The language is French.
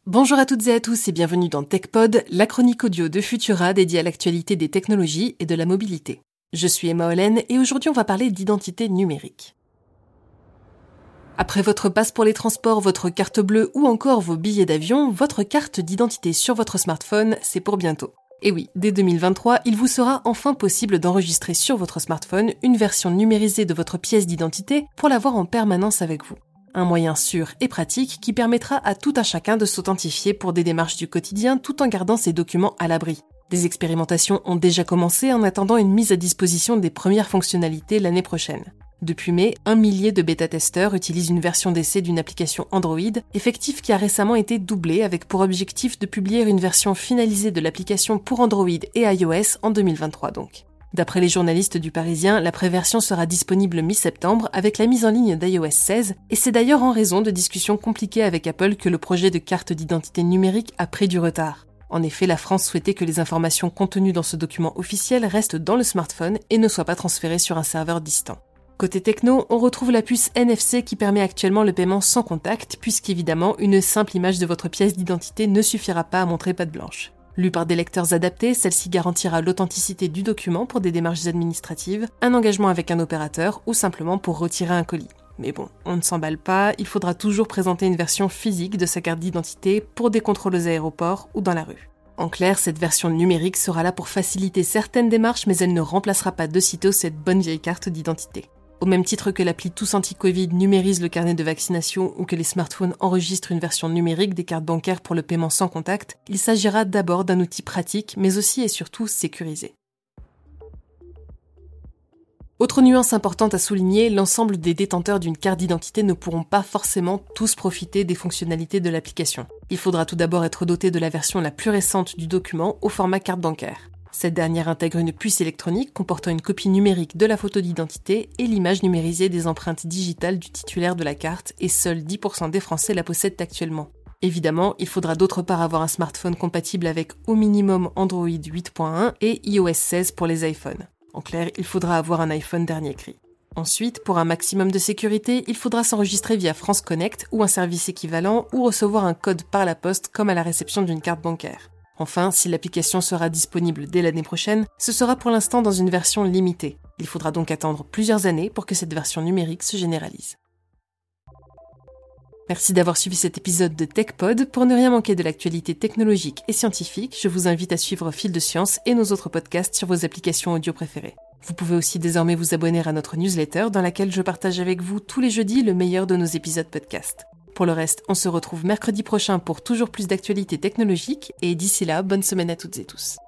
Bonjour à toutes et à tous et bienvenue dans TechPod, la chronique audio de Futura dédiée à l'actualité des technologies et de la mobilité. Je suis Emma Hollen et aujourd'hui on va parler d'identité numérique. Après votre passe pour les transports, votre carte bleue ou encore vos billets d'avion, votre carte d'identité sur votre smartphone, c'est pour bientôt. Et oui, dès 2023, il vous sera enfin possible d'enregistrer sur votre smartphone une version numérisée de votre pièce d'identité pour l'avoir en permanence avec vous. Un moyen sûr et pratique qui permettra à tout un chacun de s'authentifier pour des démarches du quotidien tout en gardant ses documents à l'abri. Des expérimentations ont déjà commencé en attendant une mise à disposition des premières fonctionnalités l'année prochaine. Depuis mai, 1 millier de bêta-testeurs utilisent une version d'essai d'une application Android, effectif qui a récemment été doublé avec pour objectif de publier une version finalisée de l'application pour Android et iOS en 2023 donc. D'après les journalistes du Parisien, la préversion sera disponible mi-septembre avec la mise en ligne d'iOS 16 et c'est d'ailleurs en raison de discussions compliquées avec Apple que le projet de carte d'identité numérique a pris du retard. En effet, la France souhaitait que les informations contenues dans ce document officiel restent dans le smartphone et ne soient pas transférées sur un serveur distant. Côté techno, on retrouve la puce NFC qui permet actuellement le paiement sans contact puisqu'évidemment, une simple image de votre pièce d'identité ne suffira pas à montrer patte blanche. Lue par des lecteurs adaptés, celle-ci garantira l'authenticité du document pour des démarches administratives, un engagement avec un opérateur ou simplement pour retirer un colis. Mais bon, on ne s'emballe pas, il faudra toujours présenter une version physique de sa carte d'identité pour des contrôles aux aéroports ou dans la rue. En clair, cette version numérique sera là pour faciliter certaines démarches, mais elle ne remplacera pas de sitôt cette bonne vieille carte d'identité. Au même titre que l'appli Tous Anti-Covid numérise le carnet de vaccination ou que les smartphones enregistrent une version numérique des cartes bancaires pour le paiement sans contact, il s'agira d'abord d'un outil pratique, mais aussi et surtout sécurisé. Autre nuance importante à souligner, l'ensemble des détenteurs d'une carte d'identité ne pourront pas forcément tous profiter des fonctionnalités de l'application. Il faudra tout d'abord être doté de la version la plus récente du document au format carte bancaire. Cette dernière intègre une puce électronique comportant une copie numérique de la photo d'identité et l'image numérisée des empreintes digitales du titulaire de la carte et seuls 10% des Français la possèdent actuellement. Évidemment, il faudra d'autre part avoir un smartphone compatible avec au minimum Android 8.1 et iOS 16 pour les iPhones. En clair, il faudra avoir un iPhone dernier cri. Ensuite, pour un maximum de sécurité, il faudra s'enregistrer via France Connect ou un service équivalent ou recevoir un code par la poste comme à la réception d'une carte bancaire. Enfin, si l'application sera disponible dès l'année prochaine, ce sera pour l'instant dans une version limitée. Il faudra donc attendre plusieurs années pour que cette version numérique se généralise. Merci d'avoir suivi cet épisode de TechPod. Pour ne rien manquer de l'actualité technologique et scientifique, je vous invite à suivre Fil de Science et nos autres podcasts sur vos applications audio préférées. Vous pouvez aussi désormais vous abonner à notre newsletter dans laquelle je partage avec vous tous les jeudis le meilleur de nos épisodes podcast. Pour le reste, on se retrouve mercredi prochain pour toujours plus d'actualités technologiques et d'ici là, bonne semaine à toutes et tous.